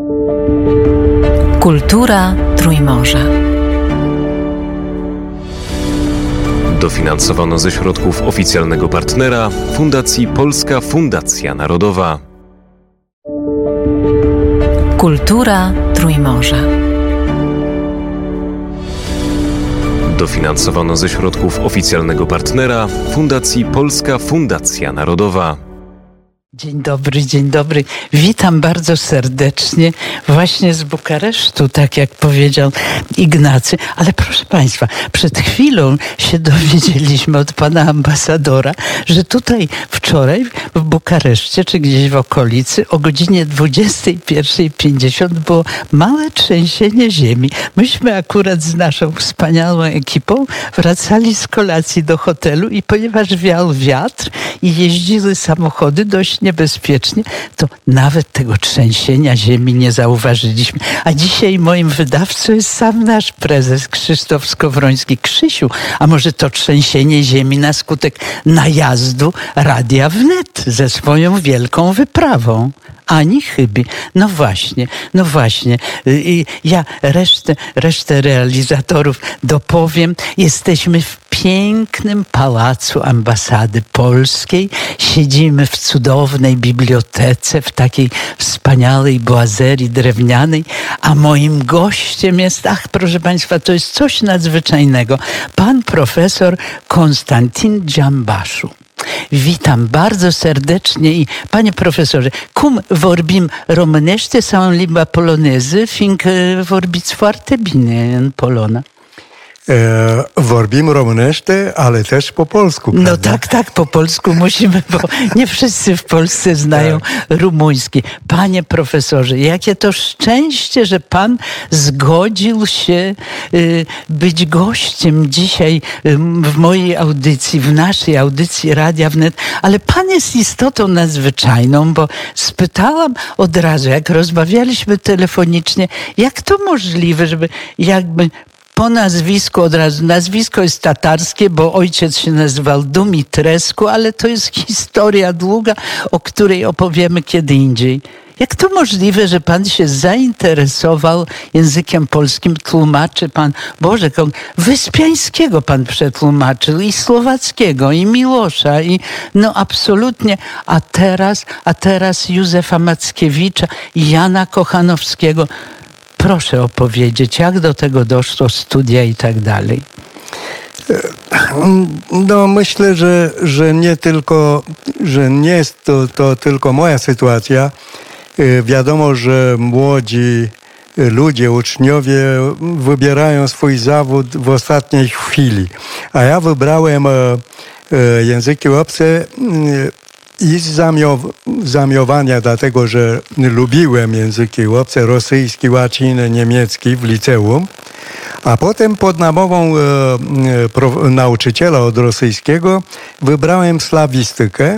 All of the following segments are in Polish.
Kultura Trójmorza. Dofinansowano ze środków oficjalnego partnera Fundacji Polska Fundacja Narodowa. Kultura Trójmorza. Dofinansowano ze środków oficjalnego partnera Fundacji Polska Fundacja Narodowa. Dzień dobry. Witam bardzo serdecznie właśnie z Bukaresztu, tak jak powiedział Ignacy. Ale proszę Państwa, przed chwilą się dowiedzieliśmy od pana ambasadora, że tutaj wczoraj w Bukareszcie, czy gdzieś w okolicy, o godzinie 21:50 było małe trzęsienie ziemi. Myśmy akurat z naszą wspaniałą ekipą wracali z kolacji do hotelu i ponieważ wiał wiatr i jeździły samochody dość niebezpiecznie, to nawet tego trzęsienia ziemi nie zauważyliśmy. A dzisiaj moim wydawcą jest sam nasz prezes Krzysztof Skowroński. Krzysiu, a może to trzęsienie ziemi na skutek najazdu Radia Wnet ze swoją wielką wyprawą? Ani chyby. No właśnie. Ja resztę realizatorów dopowiem. Jesteśmy w pięknym pałacu ambasady polskiej. Siedzimy w cudownej bibliotece, w takiej wspaniałej boazerii drewnianej, a moim gościem jest, proszę Państwa, to jest coś nadzwyczajnego. Pan profesor Konstantin Dziambaszu. Witam bardzo serdecznie i panie profesorze, cum vorbim românește sau în limba poloneză, fiindcă vorbiți foarte bine în polonă? Vorbim românește, ale też po polsku. No prawda? tak, po polsku musimy, bo nie wszyscy w Polsce znają rumuński. Panie profesorze, jakie to szczęście, że pan zgodził się być gościem dzisiaj w mojej audycji, w naszej audycji Radia Wnet. Ale pan jest istotą nadzwyczajną, bo spytałam od razu, jak rozmawialiśmy telefonicznie, jak to możliwe, żeby jakby po nazwisku od razu. Nazwisko jest tatarskie, bo ojciec się nazywał Dumitrescu, ale to jest historia długa, o której opowiemy kiedy indziej. Jak to możliwe, że pan się zainteresował językiem polskim? Tłumaczy pan, Wyspiańskiego pan przetłumaczył i Słowackiego, i Miłosza, i absolutnie. A teraz Józefa Mackiewicza i Jana Kochanowskiego. Proszę opowiedzieć, jak do tego doszło, studia i tak dalej. No myślę, że nie jest to tylko moja sytuacja. Wiadomo, że młodzi ludzie, uczniowie wybierają swój zawód w ostatniej chwili. A ja wybrałem języki obce i z zamiowania, dlatego że lubiłem języki obce, rosyjski, łacinę, niemiecki w liceum, a potem pod namową nauczyciela od rosyjskiego wybrałem slawistykę,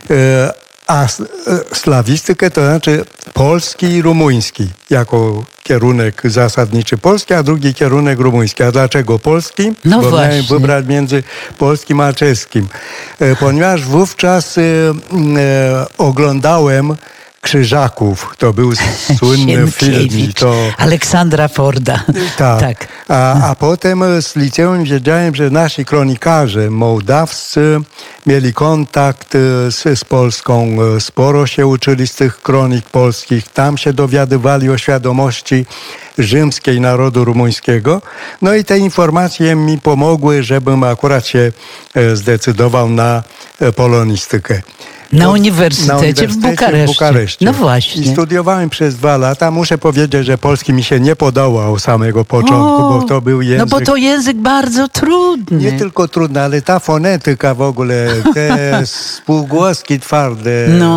a slawistykę to znaczy polski i rumuński jako kierunek zasadniczy polski, a drugi kierunek rumuński. A dlaczego polski? No bo właśnie. miałem wybrać między polskim a czeskim. Ponieważ wówczas oglądałem Krzyżaków. To był słynny film. Aleksandra Forda. Tak. A potem z liceum wiedziałem, że nasi kronikarze mołdawscy mieli kontakt z Polską. Sporo się uczyli z tych kronik polskich. Tam się dowiadywali o świadomości rzymskiej narodu rumuńskiego. No i te informacje mi pomogły, żebym akurat się zdecydował na polonistykę. Na Uniwersytecie w Bukareszcie. No właśnie. I studiowałem przez 2 lata. Muszę powiedzieć, że polski mi się nie podobał od samego początku, bo to był język... No bo to język bardzo trudny. Nie tylko trudny, ale ta fonetyka w ogóle, te spółgłoski twarde,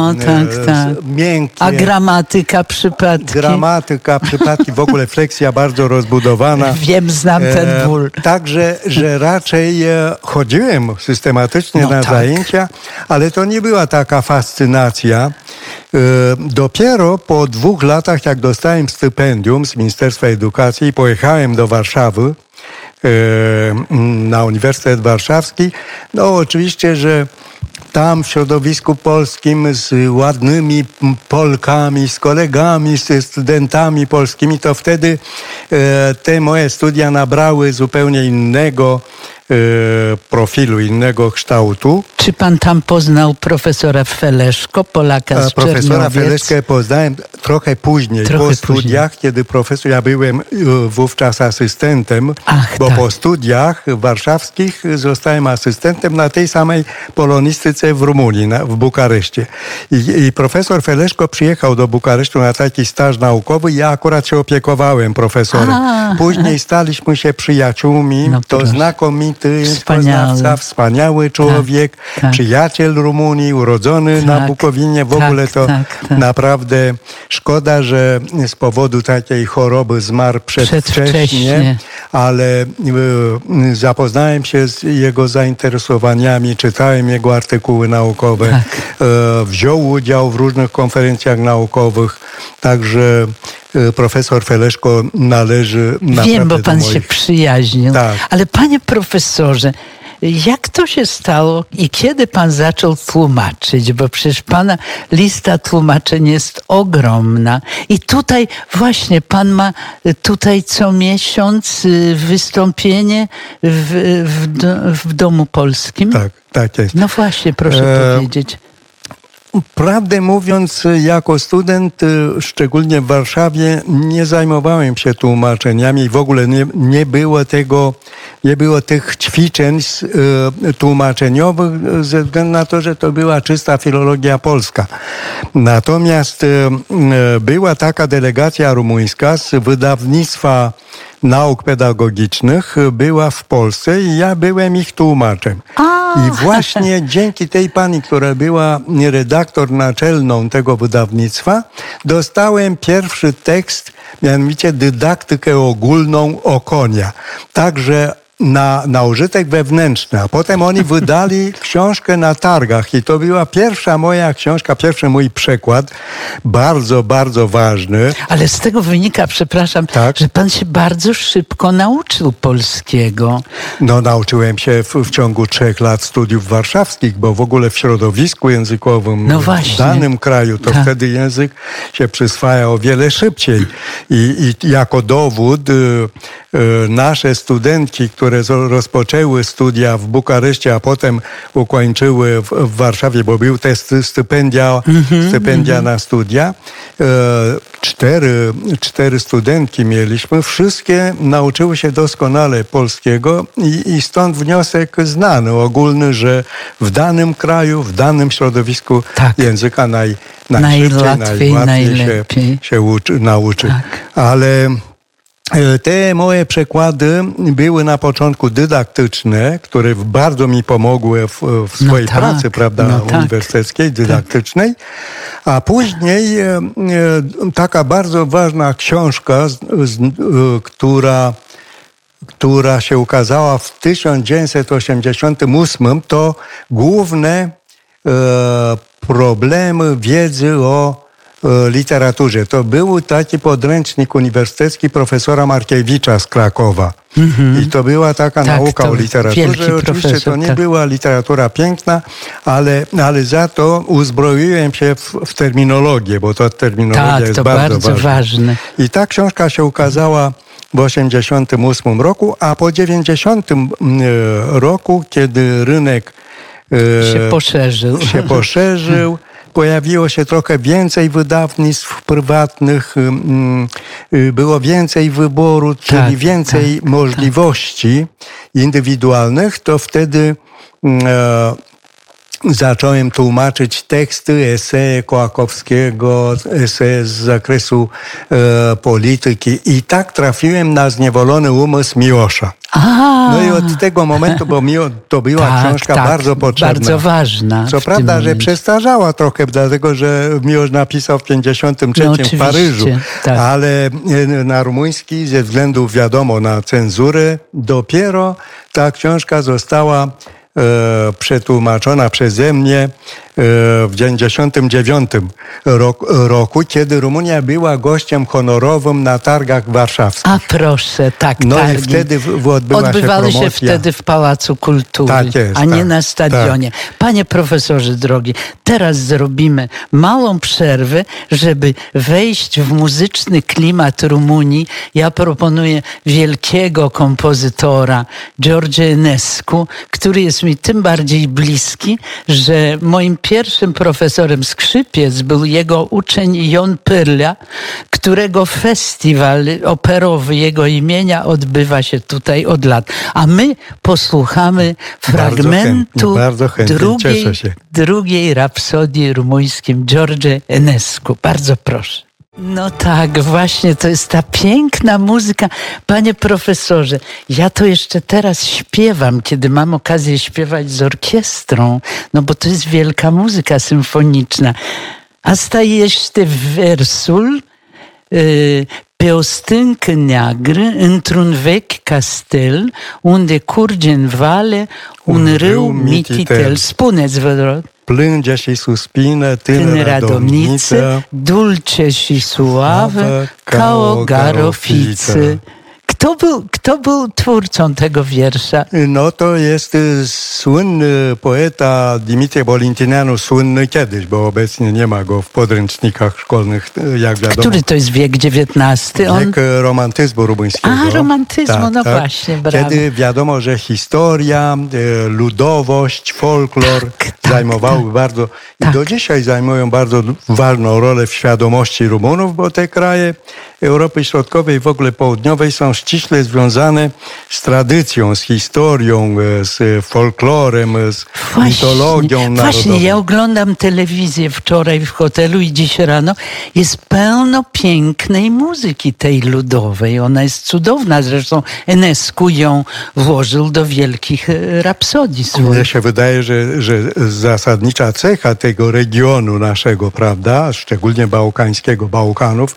miękkie. A gramatyka, przypadki, w ogóle fleksja bardzo rozbudowana. Wiem, znam ten ból. Także, że raczej chodziłem systematycznie na zajęcia, ale to nie była taka fascynacja. Dopiero po 2 latach, jak dostałem stypendium z Ministerstwa Edukacji, pojechałem do Warszawy na Uniwersytet Warszawski. No oczywiście, że tam w środowisku polskim z ładnymi Polkami, z kolegami, ze studentami polskimi, to wtedy te moje studia nabrały zupełnie innego profilu, innego kształtu. Czy pan tam poznał profesora Feleszko, Polaka z Czerniowiec? Profesora Feleszkę poznałem trochę później, po studiach, kiedy ja byłem wówczas asystentem, bo po studiach warszawskich zostałem asystentem na tej samej polonistyce w Rumunii, w Bukareszcie. I profesor Feleszko przyjechał do Bukaresztu na taki staż naukowy i ja akurat się opiekowałem profesorem. Później staliśmy się przyjaciółmi, to znakomity językoznawca, wspaniały człowiek, przyjaciel Rumunii, urodzony na Bukowinie. W ogóle to naprawdę szkoda, że z powodu takiej choroby zmarł przedwcześnie, ale zapoznałem się z jego zainteresowaniami, czytałem jego artykuły naukowe, wziął udział w różnych konferencjach naukowych, także profesor Feleszko należy naprawdę Wiem, bo pan do moich... się przyjaźnił. Tak. Ale panie profesorze, jak to się stało i kiedy pan zaczął tłumaczyć? Bo przecież pana lista tłumaczeń jest ogromna. I tutaj właśnie pan ma tutaj co miesiąc wystąpienie w Domu Polskim. Tak jest. No właśnie, proszę powiedzieć. Prawdę mówiąc, jako student, szczególnie w Warszawie, nie zajmowałem się tłumaczeniami i w ogóle nie było tych ćwiczeń tłumaczeniowych ze względu na to, że to była czysta filologia polska. Natomiast była taka delegacja rumuńska z wydawnictwa nauk pedagogicznych, była w Polsce i ja byłem ich tłumaczem. I właśnie dzięki tej pani, która była redaktor naczelną tego wydawnictwa, dostałem pierwszy tekst, mianowicie dydaktykę ogólną o konia. Także na użytek wewnętrzny, a potem oni wydali książkę na targach i to była pierwsza moja książka, pierwszy mój przekład, bardzo, bardzo ważny. Ale z tego wynika, przepraszam, że pan się bardzo szybko nauczył polskiego. No nauczyłem się w ciągu 3 lat studiów warszawskich, bo w ogóle w środowisku językowym w danym kraju to wtedy język się przyswaja o wiele szybciej. I jako dowód nasze studentki, które rozpoczęły studia w Bukareszcie, a potem ukończyły w Warszawie, bo były te stypendia na studia. 4 studentki mieliśmy. Wszystkie nauczyły się doskonale polskiego i stąd wniosek znany, ogólny, że w danym kraju, w danym środowisku języka najszybciej, najłatwiej się nauczy. Ale te moje przekłady były na początku dydaktyczne, które bardzo mi pomogły w swojej pracy, uniwersyteckiej, dydaktycznej. A później taka bardzo ważna książka, która się ukazała w 1988, to główne problemy wiedzy o literaturze. To był taki podręcznik uniwersytecki profesora Markiewicza z Krakowa. I to była taka nauka o literaturze. Oczywiście to nie była literatura piękna, ale za to uzbroiłem się w terminologię, bo to terminologia jest bardzo ważna. I ta książka się ukazała w 1988 roku, a po 1990 roku, kiedy rynek się poszerzył, pojawiło się trochę więcej wydawnictw prywatnych, było więcej wyboru, czyli więcej możliwości indywidualnych, to wtedy zacząłem tłumaczyć teksty, eseje Kołakowskiego, eseje z zakresu polityki i tak trafiłem na Zniewolony umysł Miłosza. No i od tego momentu, bo to była książka bardzo potrzebna. Bardzo ważna. Co prawda, że przestarzała trochę, dlatego że Miłosz napisał w 1953 w Paryżu, ale na rumuński ze względu, wiadomo, na cenzurę, dopiero ta książka została przetłumaczona przeze mnie w 1999 roku, kiedy Rumunia była gościem honorowym na targach warszawskich. A proszę, tak, no targi. I wtedy odbywały się się wtedy w Pałacu Kultury, tak jest, a nie tak, na stadionie. tak. Panie profesorze drogi, teraz zrobimy małą przerwę, żeby wejść w muzyczny klimat Rumunii. Ja proponuję wielkiego kompozytora George Enescu, który jest mi tym bardziej bliski, że moim pierwszym profesorem skrzypiec był jego uczeń Jon Pyrlia, którego festiwal operowy jego imienia odbywa się tutaj od lat. A my posłuchamy fragmentu drugiej rapsodii rumuńskim George Enescu. Bardzo proszę. No tak, właśnie, to jest ta piękna muzyka. Panie profesorze, ja to jeszcze teraz śpiewam, kiedy mam okazję śpiewać z orkiestrą, no bo to jest wielka muzyka symfoniczna. Asta este versul pe o stâncă neagră, într-un vechi castel, unde curge în vale un râu mititel. Spuneți, vă rog. Plânge și suspină tânăra domniță, dulce și suave, ca o garofiță. Kto był twórcą tego wiersza? No to jest słynny poeta Dimitrie Bolintineanu, słynny kiedyś, bo obecnie nie ma go w podręcznikach szkolnych, jak wiadomo. Który to jest wiek XIX? Wiek romantyzmu rumuńskiego. A, romantyzmu, tak, no tak. Właśnie, brawo. Kiedy wiadomo, że historia, ludowość, folklor zajmowały bardzo, i do dzisiaj zajmują bardzo ważną rolę w świadomości Rumunów, bo te kraje Europy Środkowej, w ogóle południowej są ściśle związane z tradycją, z historią, z folklorem, z mitologią narodową. Właśnie, ja oglądam telewizję wczoraj w hotelu i dziś rano. Jest pełno pięknej muzyki tej ludowej. Ona jest cudowna. Zresztą Enescu ją włożył do wielkich rapsodii swoich. Mnie się wydaje, że zasadnicza cecha tego regionu naszego, prawda, szczególnie bałkańskiego, Bałkanów,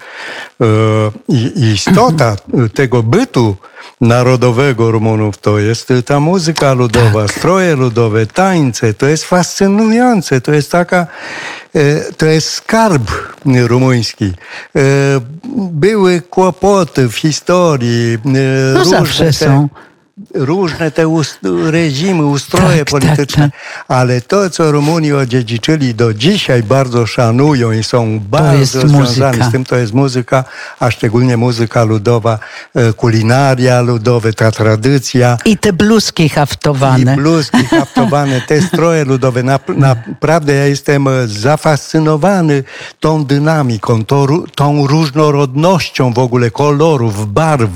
i istota tego bytu narodowego Rumunów to jest ta muzyka ludowa, stroje ludowe, tańce. To jest fascynujące. To jest to jest skarb rumuński. Były kłopoty w historii. No zawsze są. Różne te reżimy, ustroje polityczne, ale to, co Rumuni odziedziczyli do dzisiaj, bardzo szanują i są bardzo związani z tym, to jest muzyka, a szczególnie muzyka ludowa, kulinaria ludowe, ta tradycja. I te bluzki haftowane. Te stroje ludowe. Naprawdę ja jestem zafascynowany tą dynamiką, tą różnorodnością w ogóle kolorów, barw,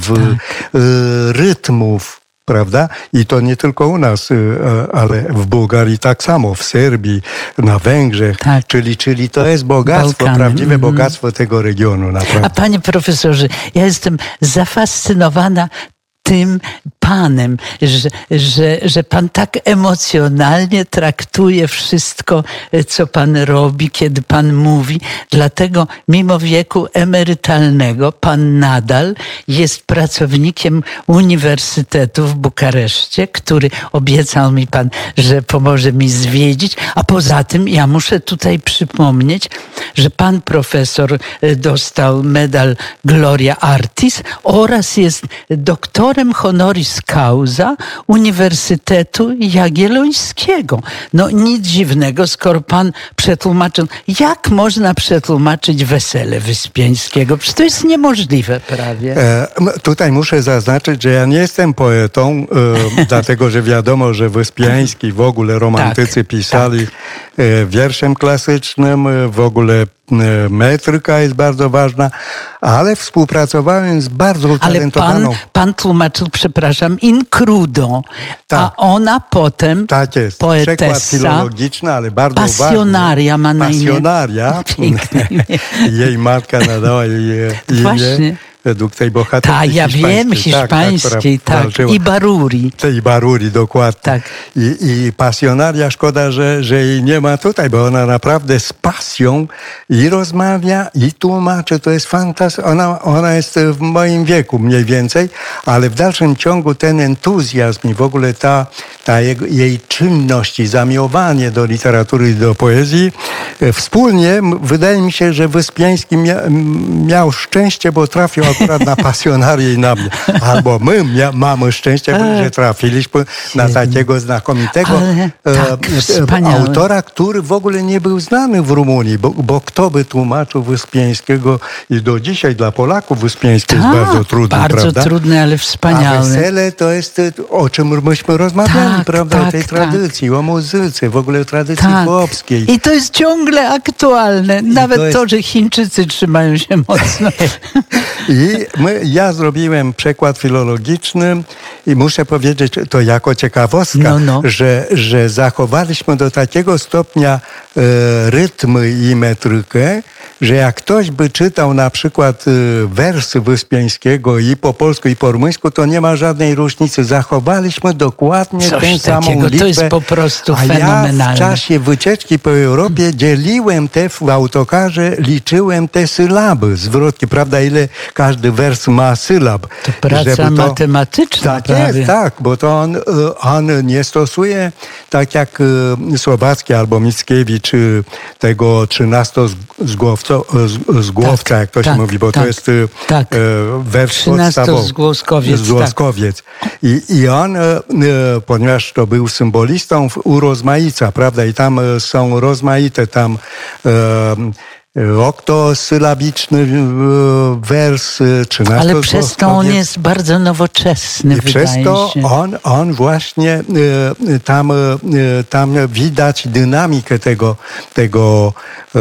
rytmów. Prawda? I to nie tylko u nas, ale w Bułgarii tak samo, w Serbii, na Węgrzech. Tak. Czyli to jest bogactwo, prawdziwe bogactwo tego regionu. Naprawdę. A panie profesorze, ja jestem zafascynowana tym panem, że pan tak emocjonalnie traktuje wszystko, co pan robi, kiedy pan mówi. Dlatego mimo wieku emerytalnego pan nadal jest pracownikiem Uniwersytetu w Bukareszcie, który obiecał mi pan, że pomoże mi zwiedzić. A poza tym ja muszę tutaj przypomnieć, że pan profesor dostał medal Gloria Artis oraz jest doktorem honoris causa Uniwersytetu Jagiellońskiego. No nic dziwnego, skoro pan przetłumaczył. Jak można przetłumaczyć Wesele Wyspiańskiego? Przecież to jest niemożliwe prawie. Tutaj muszę zaznaczyć, że ja nie jestem poetą, dlatego że wiadomo, że Wyspiański, w ogóle romantycy pisali wierszem klasycznym, w ogóle metryka jest bardzo ważna, ale współpracowałem z bardzo utalentowaną... Ale pan tłumaczył, przepraszam, in crudo, a ona potem, tak jest, poetessa, przekład filologiczny, ale bardzo pasjonaria ważny. Ma na imię. Pasjonaria. Jej matka nadała jej imię. Według tej bohaterki hiszpańskiej. Ja wiem, hiszpańskiej, tak. I Baruri. I Baruri, dokładnie. Tak. I pasjonaria, szkoda, że jej nie ma tutaj, bo ona naprawdę z pasją i rozmawia, i tłumaczy. To jest fantastyczne. Ona jest w moim wieku mniej więcej, ale w dalszym ciągu ten entuzjazm i w ogóle ta jej czynność i zamiłowanie do literatury i do poezji, wspólnie wydaje mi się, że Wyspiański miał szczęście, bo trafił akurat na pasjonarię i na mnie. Albo my mamy szczęście, że trafiliśmy na takiego znakomitego autora, który w ogóle nie był znany w Rumunii, bo kto by tłumaczył Wyspiańskiego i do dzisiaj dla Polaków Wyspiański jest bardzo trudny, prawda? Trudny, ale wspaniały. A wesele to jest, o czym myśmy rozmawiali, prawda? O tej tradycji, o muzyce, w ogóle o tradycji chłopskiej. I to jest ciągle aktualne. Nawet to, że Chińczycy trzymają się mocno. Ja zrobiłem przekład filologiczny i muszę powiedzieć to jako ciekawostka, że zachowaliśmy do takiego stopnia rytmy i metrykę, że jak ktoś by czytał na przykład wersy Wyspiańskiego i po polsku, i po rumuńsku, to nie ma żadnej różnicy. Zachowaliśmy dokładnie tę samą liczbę. To jest po prostu fenomenalne. Ja w czasie wycieczki po Europie dzieliłem w autokarze, liczyłem te sylaby, zwrotki, prawda, ile każdy wers ma sylab. To praca matematyczna. Tak jest, tak, bo to on nie stosuje tak jak Słowacki albo Mickiewicz tego 13-zgłowca, jak to się mówi, bo to jest wers podstawowy. 13-zgłoskowiec. I on, ponieważ to był symbolistą, urozmaica, prawda, i tam są rozmaite oktosylabiczny wers, 13. Ale przez to on jest bardzo nowoczesny, i przez to on właśnie tam widać dynamikę tego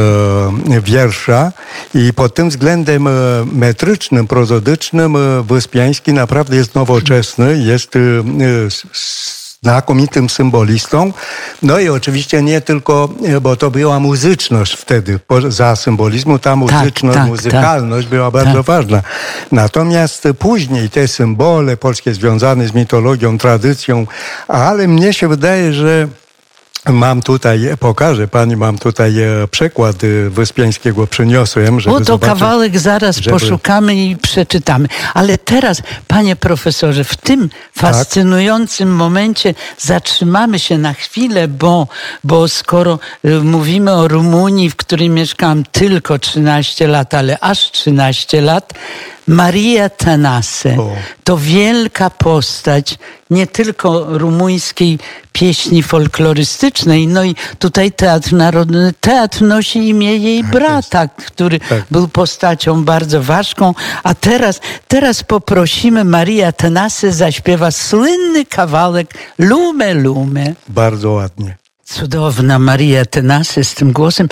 wiersza i pod tym względem metrycznym, prozodycznym Wyspiański naprawdę jest nowoczesny, jest znakomitym symbolistą. No i oczywiście nie tylko, bo to była muzyczność wtedy. Za symbolizmu ta muzyczność, muzykalność była bardzo ważna. Natomiast później te symbole polskie związane z mitologią, tradycją, ale mnie się wydaje, że mam tutaj, pokażę pani, mam tutaj przekład Wyspiańskiego, przyniosłem, żeby to kawałek zaraz poszukamy i przeczytamy. Ale teraz, panie profesorze, w tym fascynującym momencie zatrzymamy się na chwilę, bo skoro mówimy o Rumunii, w której mieszkałam tylko 13 lat, ale aż 13 lat, Maria Tănase to wielka postać nie tylko rumuńskiej pieśni folklorystycznej, no i tutaj Teatr Narodowy, teatr nosi imię jej brata, który był postacią bardzo ważką, a teraz poprosimy, Maria Tănase zaśpiewa słynny kawałek Lume, Lume. Bardzo ładnie. Cudowna Maria Tănase z tym głosem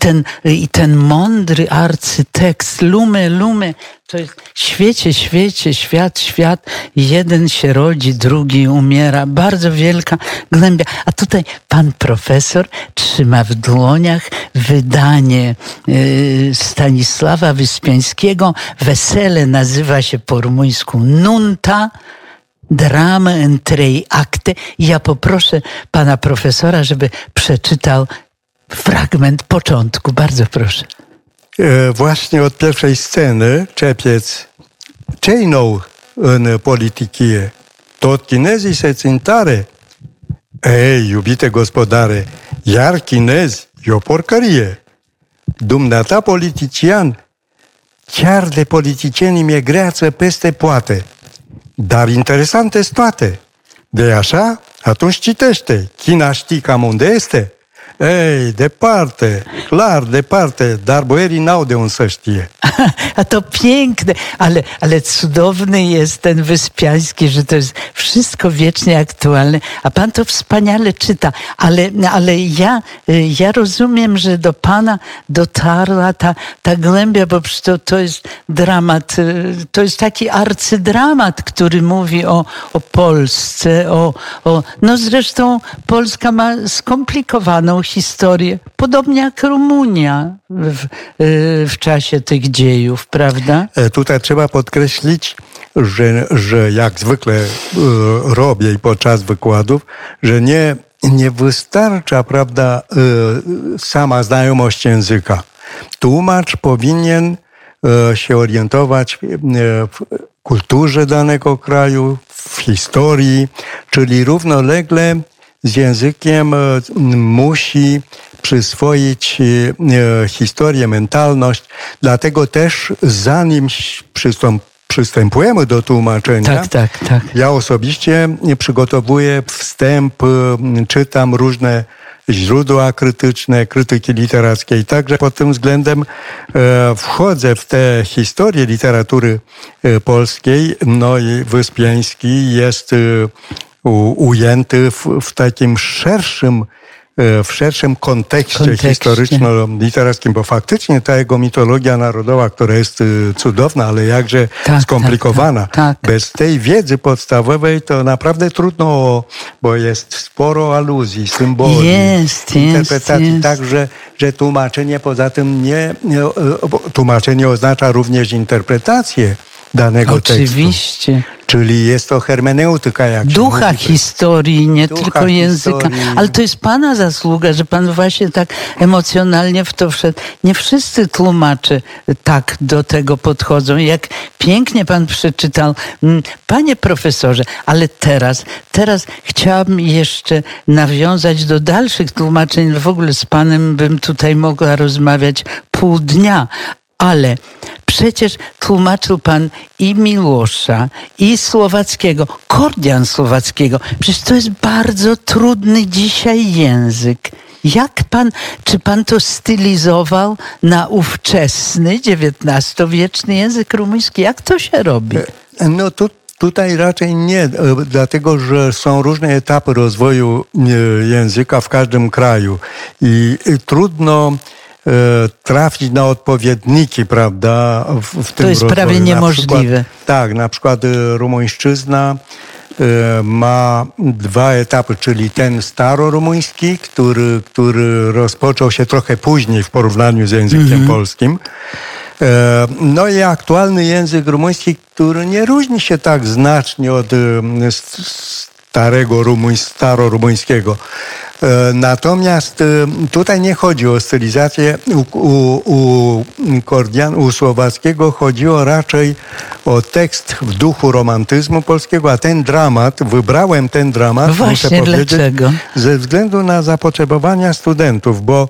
i ten mądry arcytekst Lume, Lume, to jest świecie, świecie, świat, świat, jeden się rodzi, drugi umiera. Bardzo wielka głębia. A tutaj pan profesor trzyma w dłoniach wydanie Stanisława Wyspiańskiego. Wesele nazywa się po rumuńsku Nunta. Drama în 3 acte. Ja poproszę pana profesora, żeby przeczytał fragment początku. Bardzo proszę. Właśnie od pierwszej sceny Czepiec. Ce-i nou în politicie? Tot chinezii se țin tare? Ei, iubite gospodare, iar chinezi e o porcărie. Dumneata politician, chiar de politicienii mi-e greață peste poate. Dar interesante-s toate. De așa, atunci citește. China știi cam unde este? Ei, departe, clar, departe, dar boierii n-au de unde să știe. A to piękne, ale cudowny jest ten Wyspiański, że to jest wszystko wiecznie aktualne, a pan to wspaniale czyta, ale ja rozumiem, że do pana dotarła ta głębia, bo to jest dramat, to jest taki arcydramat, który mówi o Polsce, no zresztą Polska ma skomplikowaną historię, podobnie jak Rumunia w czasie tych dziejów, prawda? Tutaj trzeba podkreślić, że jak zwykle robię i podczas wykładów, że nie wystarcza, prawda, sama znajomość języka. Tłumacz powinien się orientować kulturze danego kraju, w historii, czyli równolegle z językiem musi przyswoić historię, mentalność. Dlatego też zanim przystępujemy do tłumaczenia, Tak. ja osobiście przygotowuję wstęp, czytam różne źródła krytyczne, krytyki literackiej. Także pod tym względem wchodzę w tę historię literatury polskiej. No i Wyspiański jest ujęty w takim szerszym kontekście historyczno-literackim, bo faktycznie ta jego mitologia narodowa, która jest cudowna, ale jakże skomplikowana. Bez tej wiedzy podstawowej to naprawdę trudno, bo jest sporo aluzji, symboli, interpretacji. Także, że tłumaczenie poza tym tłumaczenie oznacza również interpretację danego tekstu. Oczywiście. Czyli jest to hermeneutyka, jak ducha historii, nie tylko języka. Ale to jest Pana zasługa, że Pan właśnie tak emocjonalnie w to wszedł. Nie wszyscy tłumacze tak do tego podchodzą. Jak pięknie Pan przeczytał. Panie profesorze, ale teraz chciałabym jeszcze nawiązać do dalszych tłumaczeń. W ogóle z Panem bym tutaj mogła rozmawiać pół dnia. Ale przecież tłumaczył Pan i Miłosza, i Słowackiego, Kordian Słowackiego. Przecież to jest bardzo trudny dzisiaj język. Czy Pan to stylizował na ówczesny, XIX-wieczny język rumuński? Jak to się robi? No tutaj raczej nie, dlatego że są różne etapy rozwoju języka w każdym kraju i trudno trafić na odpowiedniki, prawda, w tym to jest rozwoju. Prawie niemożliwe. Na przykład rumuńszczyzna ma dwa etapy, czyli ten starorumuński, który rozpoczął się trochę później w porównaniu z językiem polskim. No i aktualny język rumuński, który nie różni się tak znacznie od starorumuńskiego. Natomiast tutaj nie chodzi o stylizację. U Słowackiego chodziło raczej o tekst w duchu romantyzmu polskiego, a wybrałem ten dramat, właśnie, muszę powiedzieć, dlaczego? Ze względu na zapotrzebowania studentów, bo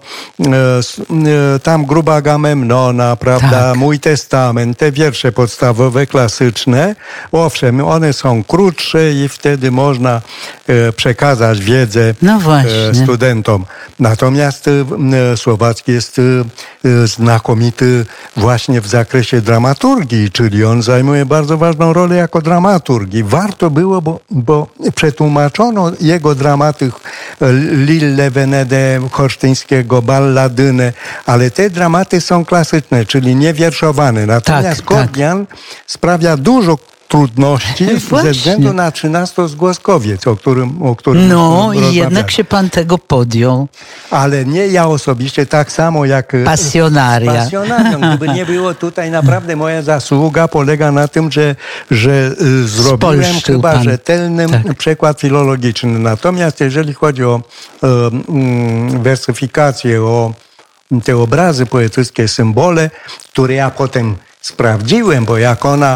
tam Gruba Agamemnona, prawda, Mój Testament, te wiersze podstawowe, klasyczne, owszem, one są krótsze i wtedy można przekazać wiedzę studentom. Natomiast Słowacki jest znakomity właśnie w zakresie dramaturgii, czyli on zajmuje bardzo ważną rolę jako dramaturg. I warto było, bo przetłumaczono jego dramaty Lille, Venede, Horsztyńskiego, Balladynę, ale te dramaty są klasyczne, czyli niewierszowane. Natomiast Kordian sprawia dużo trudności ze względu na 13-zgłoskowiec, o którym no i jednak się Pan tego podjął. Ale nie ja osobiście, tak samo jak pasjonaria. Pasjonarią. Gdyby nie było tutaj, naprawdę moja zasługa polega na tym, że zrobiłem chyba rzetelny przekład filologiczny. Natomiast jeżeli chodzi o wersyfikację, o te obrazy poetyckie, symbole, które ja potem sprawdziłem, bo jak ona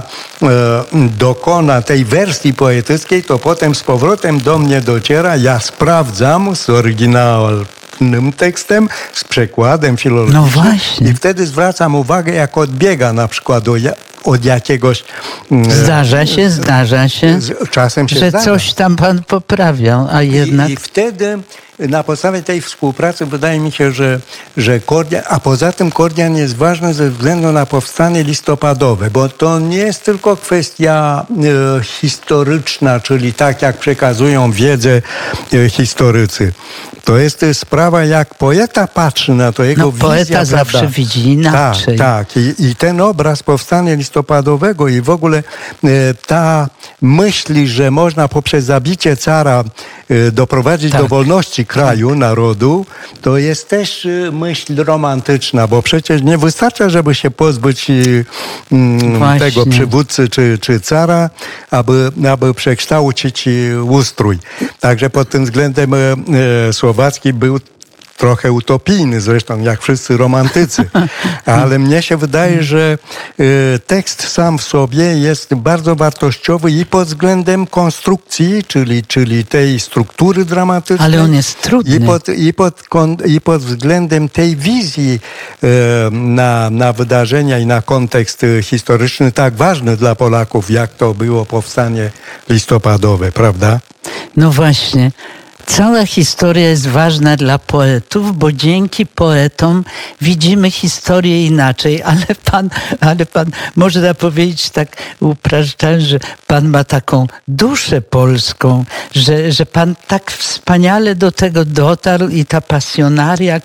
dokona tej wersji poetyckiej, to potem z powrotem do mnie dociera, ja sprawdzam z oryginalnym tekstem, z przekładem filologicznym. No właśnie. I wtedy zwracam uwagę, jak odbiega na przykład od jakiegoś... Zdarza się. Czasem się zdarza. Że coś tam Pan poprawiał, a jednak... I wtedy na podstawie tej współpracy wydaje mi się, że Kordian, a poza tym Kordian jest ważny ze względu na powstanie listopadowe, bo to nie jest tylko kwestia historyczna, czyli tak jak przekazują wiedzę historycy. To jest sprawa, jak poeta patrzy na to, jego wizja. Poeta zawsze widzi inaczej. Tak. I ten obraz powstania listopadowego i w ogóle ta myśl, że można poprzez zabicie cara doprowadzić do wolności kraju, narodu, to jest też myśl romantyczna, bo przecież nie wystarcza, żeby się pozbyć tego przywódcy czy cara, aby przekształcić ustrój. Także pod tym względem Słowacki był trochę utopijny zresztą, jak wszyscy romantycy. Ale mnie się wydaje, że tekst sam w sobie jest bardzo wartościowy i pod względem konstrukcji, czyli tej struktury dramatycznej. Ale on jest trudny. I pod względem tej wizji na wydarzenia i na kontekst historyczny tak ważny dla Polaków, jak to było powstanie listopadowe, prawda? No właśnie. Cała historia jest ważna dla poetów, bo dzięki poetom widzimy historię inaczej, ale pan można powiedzieć tak upraszczając, że pan ma taką duszę polską, że pan tak wspaniale do tego dotarł i ta pasjonaria,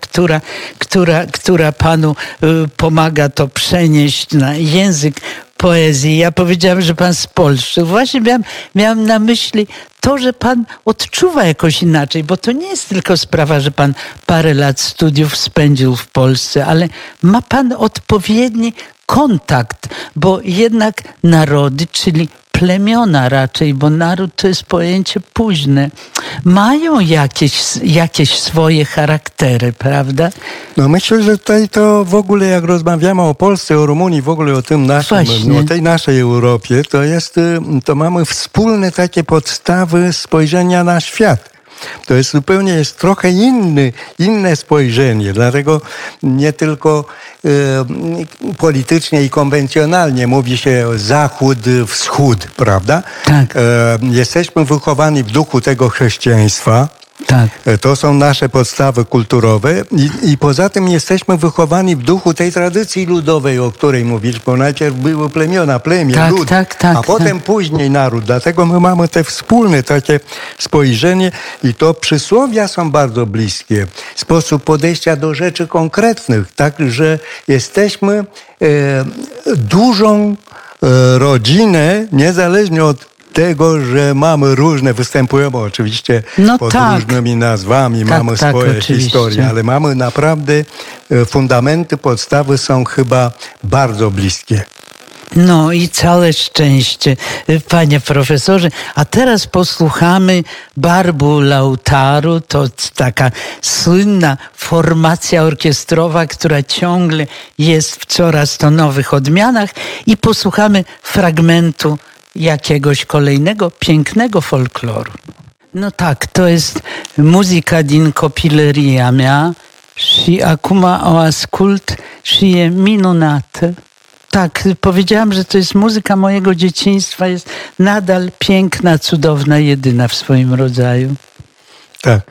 która panu pomaga to przenieść na język poezji. Ja powiedziałam, że pan spolszczył. Właśnie miałam na myśli to, że pan odczuwa jakoś inaczej, bo to nie jest tylko sprawa, że pan parę lat studiów spędził w Polsce, ale ma pan odpowiedni kontakt, bo jednak narody, czyli plemiona raczej, bo naród to jest pojęcie późne, mają jakieś swoje charaktery, prawda? No myślę, że tutaj to w ogóle jak rozmawiamy o Polsce, o Rumunii, w ogóle o tym o tej naszej Europie, to mamy wspólne takie podstawy spojrzenia na świat. To jest trochę inne spojrzenie, dlatego nie tylko politycznie i konwencjonalnie mówi się Zachód, Wschód, prawda? Tak. Jesteśmy wychowani w duchu tego chrześcijaństwa. Tak. To są nasze podstawy kulturowe i poza tym jesteśmy wychowani w duchu tej tradycji ludowej, o której mówisz, bo najpierw były plemię, lud, a potem później naród. Dlatego my mamy te wspólne takie spojrzenie i to przysłowia są bardzo bliskie. Sposób podejścia do rzeczy konkretnych, tak, że jesteśmy dużą rodzinę, niezależnie od tego, że mamy występujemy oczywiście pod różnymi nazwami, mamy swoje historie, ale mamy naprawdę fundamenty, podstawy są chyba bardzo bliskie. No i całe szczęście, panie profesorze. A teraz posłuchamy Barbu Lautaru. To taka słynna formacja orkiestrowa, która ciągle jest w coraz to nowych odmianach i posłuchamy fragmentu jakiegoś kolejnego pięknego folkloru. No tak, to jest muzyka din copilăria mea și acum o ascult și e minunată. Tak, powiedziałam, że to jest muzyka mojego dzieciństwa, jest nadal piękna, cudowna, jedyna w swoim rodzaju. Tak,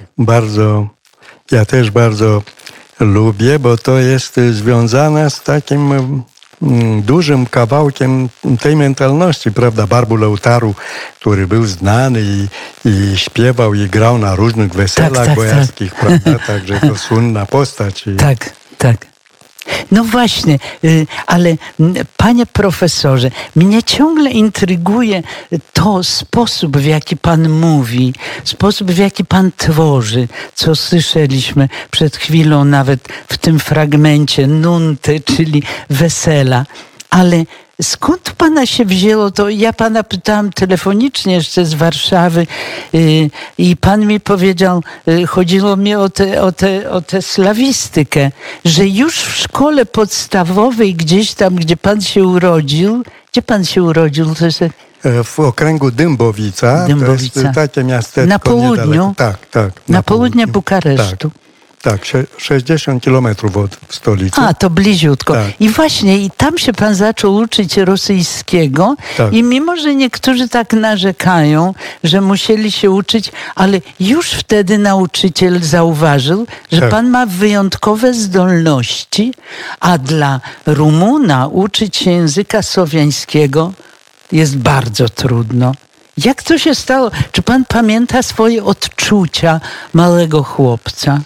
ja też bardzo lubię, bo to jest związane z takim dużym kawałkiem tej mentalności, prawda, Barbu Lautaru, który był znany i śpiewał i grał na różnych weselach bojarskich, prawda, także to słynna postać. Tak. No właśnie, ale panie profesorze, mnie ciągle intryguje to sposób, w jaki pan mówi, sposób, w jaki pan tworzy, co słyszeliśmy przed chwilą nawet w tym fragmencie nunty, czyli wesela, ale skąd pana się wzięło to? Ja pana pytałam telefonicznie jeszcze z Warszawy i pan mi powiedział, chodziło mi o tę slawistykę, że już w szkole podstawowej gdzieś tam, gdzie pan się urodził, to jest w okręgu Dymbowica. To jest takie miasteczko na południu, niedaleko. Tak. Na południe Bukaresztu. Tak, 60 kilometrów od stolicy. A, to bliziutko. Tak. I właśnie, i tam się pan zaczął uczyć rosyjskiego i mimo, że niektórzy tak narzekają, że musieli się uczyć, ale już wtedy nauczyciel zauważył, że pan ma wyjątkowe zdolności, a dla Rumuna uczyć się języka słowiańskiego jest bardzo trudno. Jak to się stało? Czy pan pamięta swoje odczucia małego chłopca?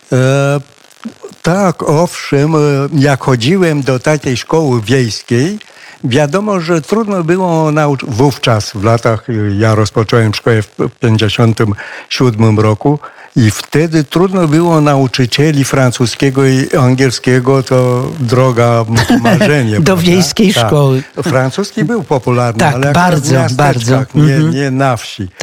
Tak, owszem, jak chodziłem do takiej szkoły wiejskiej, wiadomo, że trudno było wówczas, w latach, ja rozpocząłem szkołę w 1957 roku i wtedy trudno było nauczycieli francuskiego i angielskiego, to droga marzenie. Do wiejskiej szkoły. Francuski był popularny, ale bardzo, w miasteczkach, nie na wsi. Tak.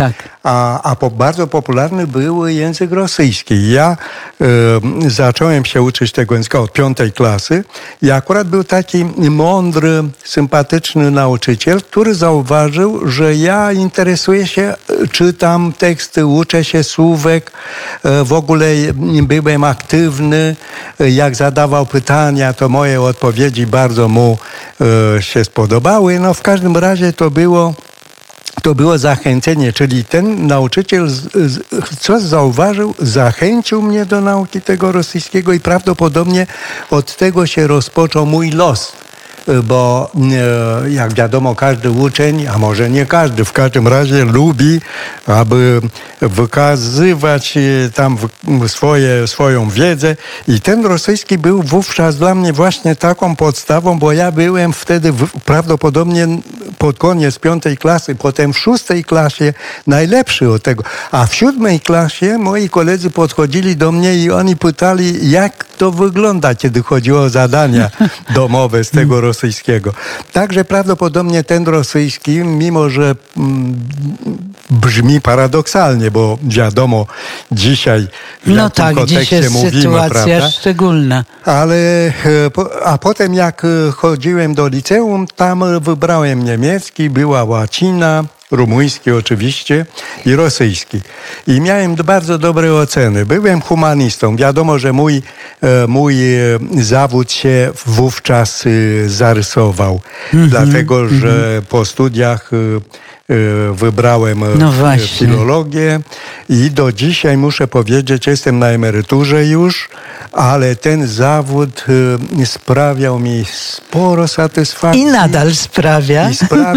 bardzo popularny był język rosyjski. Ja zacząłem się uczyć tego języka od 5. klasy i akurat był taki mądry, sympatyczny nauczyciel, który zauważył, że ja interesuję się, czytam teksty, uczę się słówek, w ogóle byłem aktywny. Jak zadawał pytania, to moje odpowiedzi bardzo mu się spodobały. No w każdym razie to było zachęcenie, czyli ten nauczyciel coś zauważył, zachęcił mnie do nauki tego rosyjskiego i prawdopodobnie od tego się rozpoczął mój los. Bo jak wiadomo, każdy uczeń, a może nie każdy, w każdym razie lubi, aby wykazywać tam swoją wiedzę i ten rosyjski był wówczas dla mnie właśnie taką podstawą, bo ja byłem wtedy prawdopodobnie pod koniec 5. klasy, potem w 6. klasie najlepszy od tego, a w 7. klasie moi koledzy podchodzili do mnie i oni pytali, jak to wygląda, kiedy chodzi o zadania domowe z tego rosyjskiego. Także prawdopodobnie ten rosyjski, mimo że brzmi paradoksalnie, bo wiadomo, dzisiaj w jakim kontekście mówimy, sytuacja prawda? szczególna. A potem jak chodziłem do liceum, tam wybrałem niemiecki, była łacina, rumuński oczywiście i rosyjski. I miałem bardzo dobre oceny. Byłem humanistą. Wiadomo, że mój zawód się wówczas zarysował. Dlatego, że po studiach wybrałem filologię i do dzisiaj muszę powiedzieć, jestem na emeryturze już, ale ten zawód sprawiał mi sporo satysfakcji. I nadal sprawia.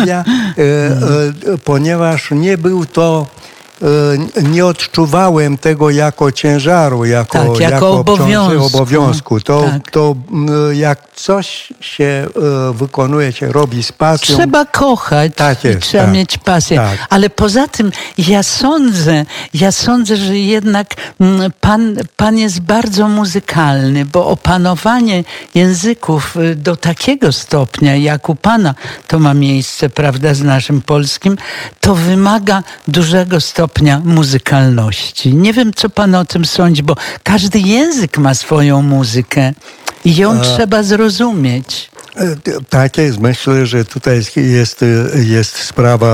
Ponieważ nie był to, nie odczuwałem tego jako ciężaru, jako obowiązku. To jak coś się wykonuje, się robi z pasją. Trzeba kochać i trzeba mieć pasję. Tak. Ale poza tym ja sądzę, że jednak pan jest bardzo muzykalny, bo opanowanie języków do takiego stopnia, jak u pana to ma miejsce, prawda, z naszym polskim, to wymaga dużego stopnia muzykalności. Nie wiem, co pan o tym sądzi, bo każdy język ma swoją muzykę i ją trzeba zrozumieć. Tak jest. Myślę, że tutaj jest sprawa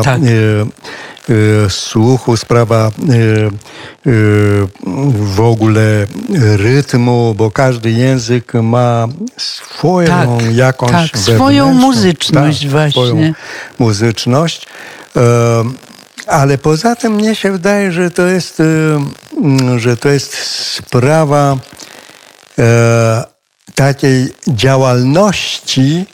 słuchu, sprawa w ogóle rytmu, bo każdy język ma swoją jakąś swoją muzyczność właśnie. Swoją muzyczność. Ale poza tym mnie się wydaje, że to jest sprawa takiej działalności,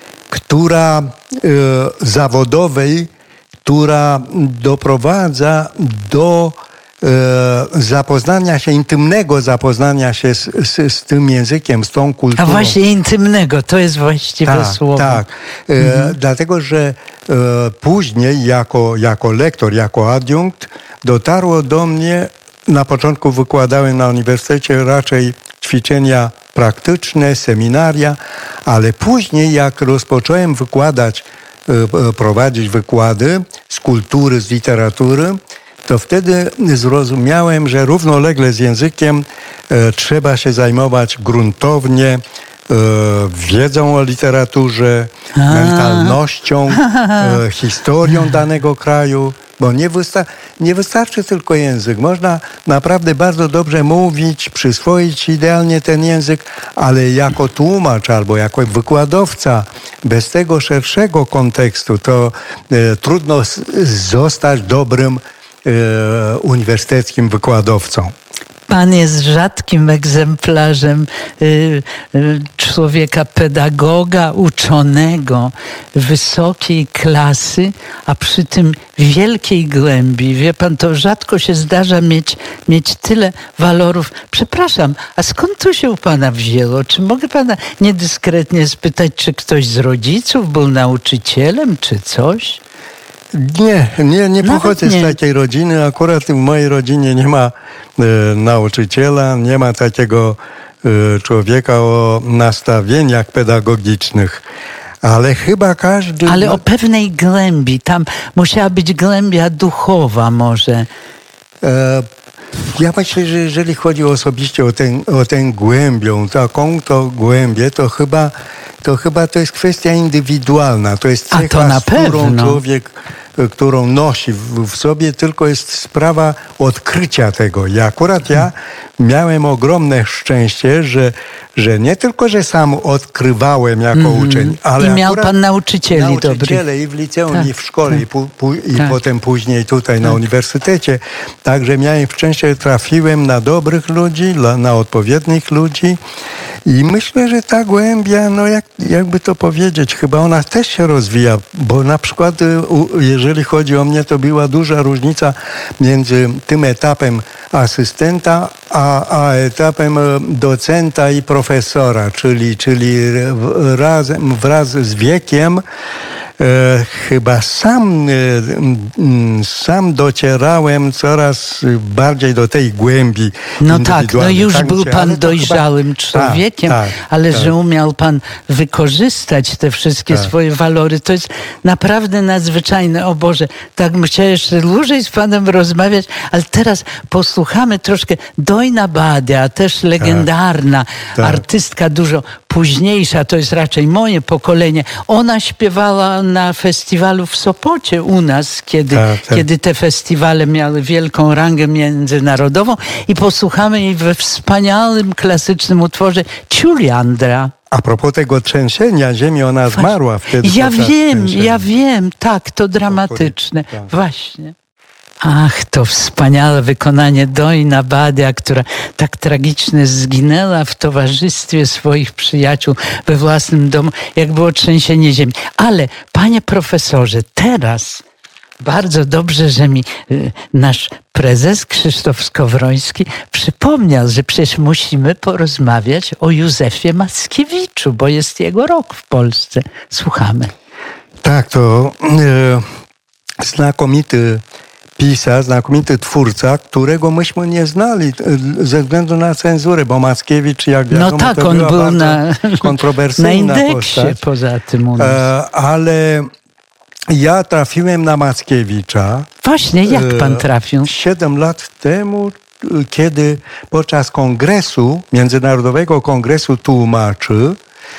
zawodowej, która doprowadza do intymnego zapoznania się z tym językiem, z tą kulturą. A właśnie intymnego, to jest właściwe słowo. Tak, dlatego, że później jako lektor, jako adiunkt dotarło do mnie, na początku wykładałem na uniwersytecie raczej ćwiczenia praktyczne, seminaria, ale później jak rozpocząłem prowadzić wykłady z kultury, z literatury, to wtedy zrozumiałem, że równolegle z językiem trzeba się zajmować gruntownie wiedzą o literaturze, mentalnością, historią danego kraju, bo nie wystarczy tylko język. Można naprawdę bardzo dobrze mówić, przyswoić idealnie ten język, ale jako tłumacz albo jako wykładowca, bez tego szerszego kontekstu, to trudno zostać dobrym uniwersyteckim wykładowcą. Pan jest rzadkim egzemplarzem człowieka pedagoga, uczonego, wysokiej klasy, a przy tym wielkiej głębi. Wie pan, to rzadko się zdarza mieć tyle walorów. Przepraszam, a skąd to się u pana wzięło? Czy mogę pana niedyskretnie spytać, czy ktoś z rodziców był nauczycielem, czy coś? Nie pochodzę z takiej rodziny. Akurat w mojej rodzinie nie ma nauczyciela, nie ma takiego człowieka o nastawieniach pedagogicznych. ale chyba każdy... Ale o pewnej głębi, tam musiała być głębia duchowa może. Ja myślę, że jeżeli chodzi osobiście o tę głębią, taką to głębię, to chyba to jest kwestia indywidualna. To jest cecha, którą nosi w sobie, tylko jest sprawa odkrycia tego. I akurat ja miałem ogromne szczęście, że nie tylko, że sam odkrywałem jako uczeń, ale i miał pan nauczyciele i w liceum, i w szkole, i potem później tutaj na uniwersytecie. Także miałem szczęście, że trafiłem na dobrych ludzi, na odpowiednich ludzi. I myślę, że ta głębia, no jakby to powiedzieć, chyba ona też się rozwija, bo na przykład jeżeli chodzi o mnie, to była duża różnica między tym etapem asystenta, a etapem docenta i profesora, czyli wraz z wiekiem chyba sam docierałem coraz bardziej do tej głębi. No tak, no już był pan dojrzałym człowiekiem, ale że umiał pan wykorzystać te wszystkie swoje walory, to jest naprawdę nadzwyczajne. O Boże, tak chciałem jeszcze dłużej z panem rozmawiać, ale teraz posłuchamy troszkę Dojna Badia, też legendarna artystka, dużo późniejsza, to jest raczej moje pokolenie. Ona śpiewała na festiwalu w Sopocie u nas, kiedy te festiwale miały wielką rangę międzynarodową, i posłuchamy jej we wspaniałym, klasycznym utworze Ciuliandra. A propos tego trzęsienia ziemi, ona zmarła wtedy. Ja wiem, tak, to dramatyczne. Właśnie. Ach, to wspaniałe wykonanie Dojna Badia, która tak tragicznie zginęła w towarzystwie swoich przyjaciół we własnym domu, jak było trzęsienie ziemi. Ale, panie profesorze, teraz bardzo dobrze, że mi nasz prezes Krzysztof Skowroński przypomniał, że przecież musimy porozmawiać o Józefie Mackiewiczu, bo jest jego rok w Polsce. Słuchamy. Tak, to znakomity pisarz, znakomity twórca, którego myśmy nie znali ze względu na cenzurę, bo Mackiewicz, jak wiadomo, to on była był bardzo kontrowersyjna na indeksie postać. Poza tym u nas. Ale ja trafiłem na Mackiewicza. Właśnie, jak pan trafił? 7 lat temu, kiedy podczas kongresu, Międzynarodowego Kongresu Tłumaczy,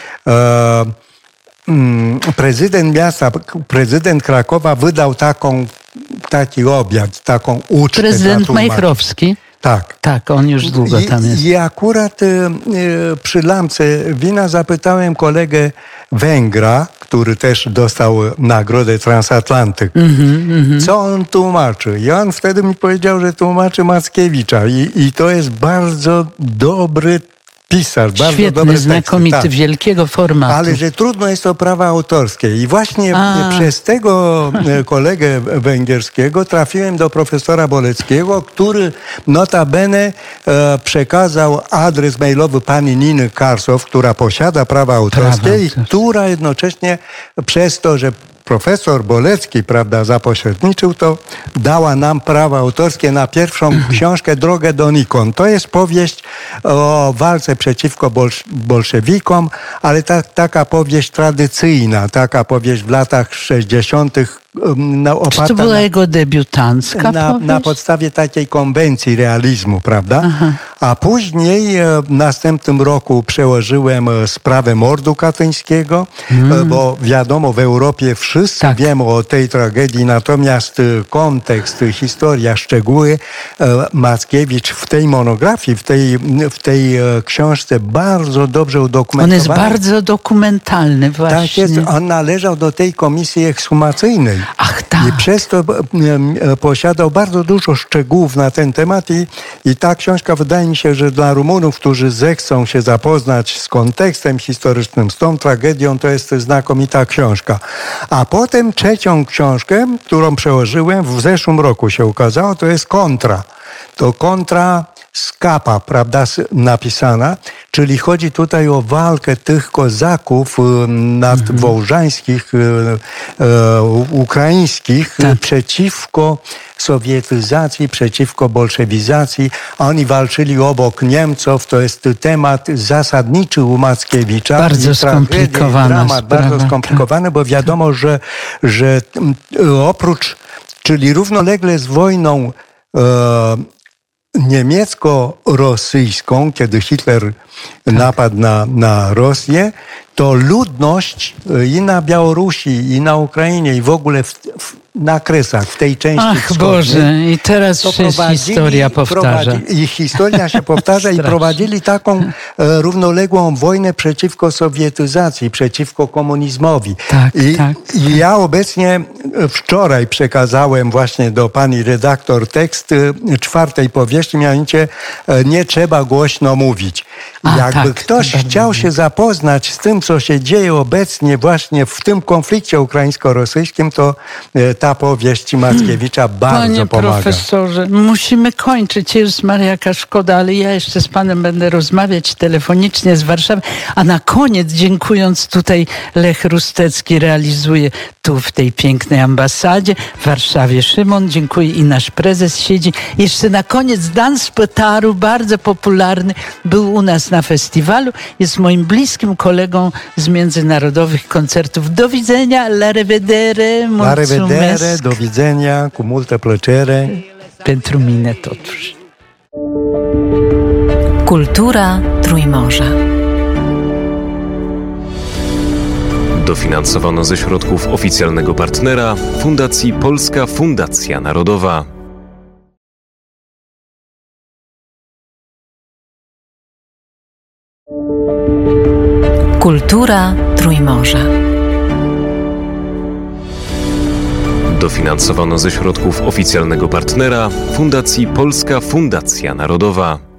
prezydent Krakowa wydał taki obiad, taką ucztę. Prezydent Majchrowski? Tak. Tak, on już długo tam jest. I akurat przy lampce wina zapytałem kolegę Węgra, który też dostał nagrodę Transatlantyk, co on tłumaczy. I on wtedy mi powiedział, że tłumaczy Mackiewicza. I to jest bardzo dobry pisarz, bardzo świetny, dobry tekst, znakomity, wielkiego formatu. Ale że trudno jest o prawa autorskie. I właśnie przez tego kolegę węgierskiego trafiłem do profesora Boleckiego, który notabene przekazał adres mailowy pani Niny Karsow, która posiada prawa autorskie i która jednocześnie przez to, że profesor Bolecki, prawda, zapośredniczył, to dała nam prawa autorskie na pierwszą książkę Drogę do Nikon. To jest powieść o walce przeciwko bolszewikom, ale taka powieść tradycyjna, taka powieść w latach 60. Czy to była jego debiutancka na podstawie takiej konwencji realizmu, prawda? Aha. A później w następnym roku przełożyłem sprawę mordu katyńskiego, bo wiadomo, w Europie wszyscy wiemy o tej tragedii, natomiast kontekst, historia, szczegóły Mackiewicz w tej monografii, w tej książce bardzo dobrze udokumentowany. On jest bardzo dokumentalny właśnie. Tak jest, on należał do tej komisji ekshumacyjnej. Ach, tak. I przez to posiadał bardzo dużo szczegółów na ten temat i ta książka, wydaje mi się, że dla Rumunów, którzy zechcą się zapoznać z kontekstem historycznym, z tą tragedią, to jest znakomita książka. A potem trzecią książkę, którą przełożyłem, w zeszłym roku się ukazało, to jest Kontra. To Kontra skapa, prawda, napisana, czyli chodzi tutaj o walkę tych kozaków nadwołżańskich, ukraińskich przeciwko sowietyzacji, przeciwko bolszewizacji. Oni walczyli obok Niemców. To jest temat zasadniczy u Mackiewicza. Bardzo skomplikowana dramat, sprawa. bardzo skomplikowany, bo wiadomo, że oprócz, czyli równolegle z wojną niemiecko-rosyjską, kiedy Hitler napadł na Rosję, to ludność i na Białorusi, i na Ukrainie, i w ogóle na Kresach, w tej części wschodniej. Boże, i teraz się historia powtarza. I historia się powtarza i prowadzili taką równoległą wojnę przeciwko sowietyzacji, przeciwko komunizmowi. I ja obecnie wczoraj przekazałem właśnie do pani redaktor tekst 4. powieści, mianowicie Nie trzeba głośno mówić. Jakby ktoś chciał się zapoznać z tym, co się dzieje obecnie właśnie w tym konflikcie ukraińsko-rosyjskim, to ta powieść Mackiewicza bardzo pomaga. Panie profesorze, musimy kończyć. Jezus Maria, jaka szkoda, ale ja jeszcze z panem będę rozmawiać telefonicznie z Warszawy. A na koniec, dziękując tutaj, Lech Rustecki realizuje tu w tej pięknej ambasadzie w Warszawie. Szymon, dziękuję, i nasz prezes siedzi. Jeszcze na koniec Dan Spetaru, bardzo popularny, był u nas na festiwalu. Jest moim bliskim kolegą z międzynarodowych koncertów. Do widzenia, la revedere, la revedere, do widzenia, cu multe plăcere. Pentru mine totuși. Kultura Trójmorza. Dofinansowano ze środków oficjalnego partnera Fundacji Polska Fundacja Narodowa. Kultura Trójmorza. Dofinansowano ze środków oficjalnego partnera Fundacji Polska Fundacja Narodowa.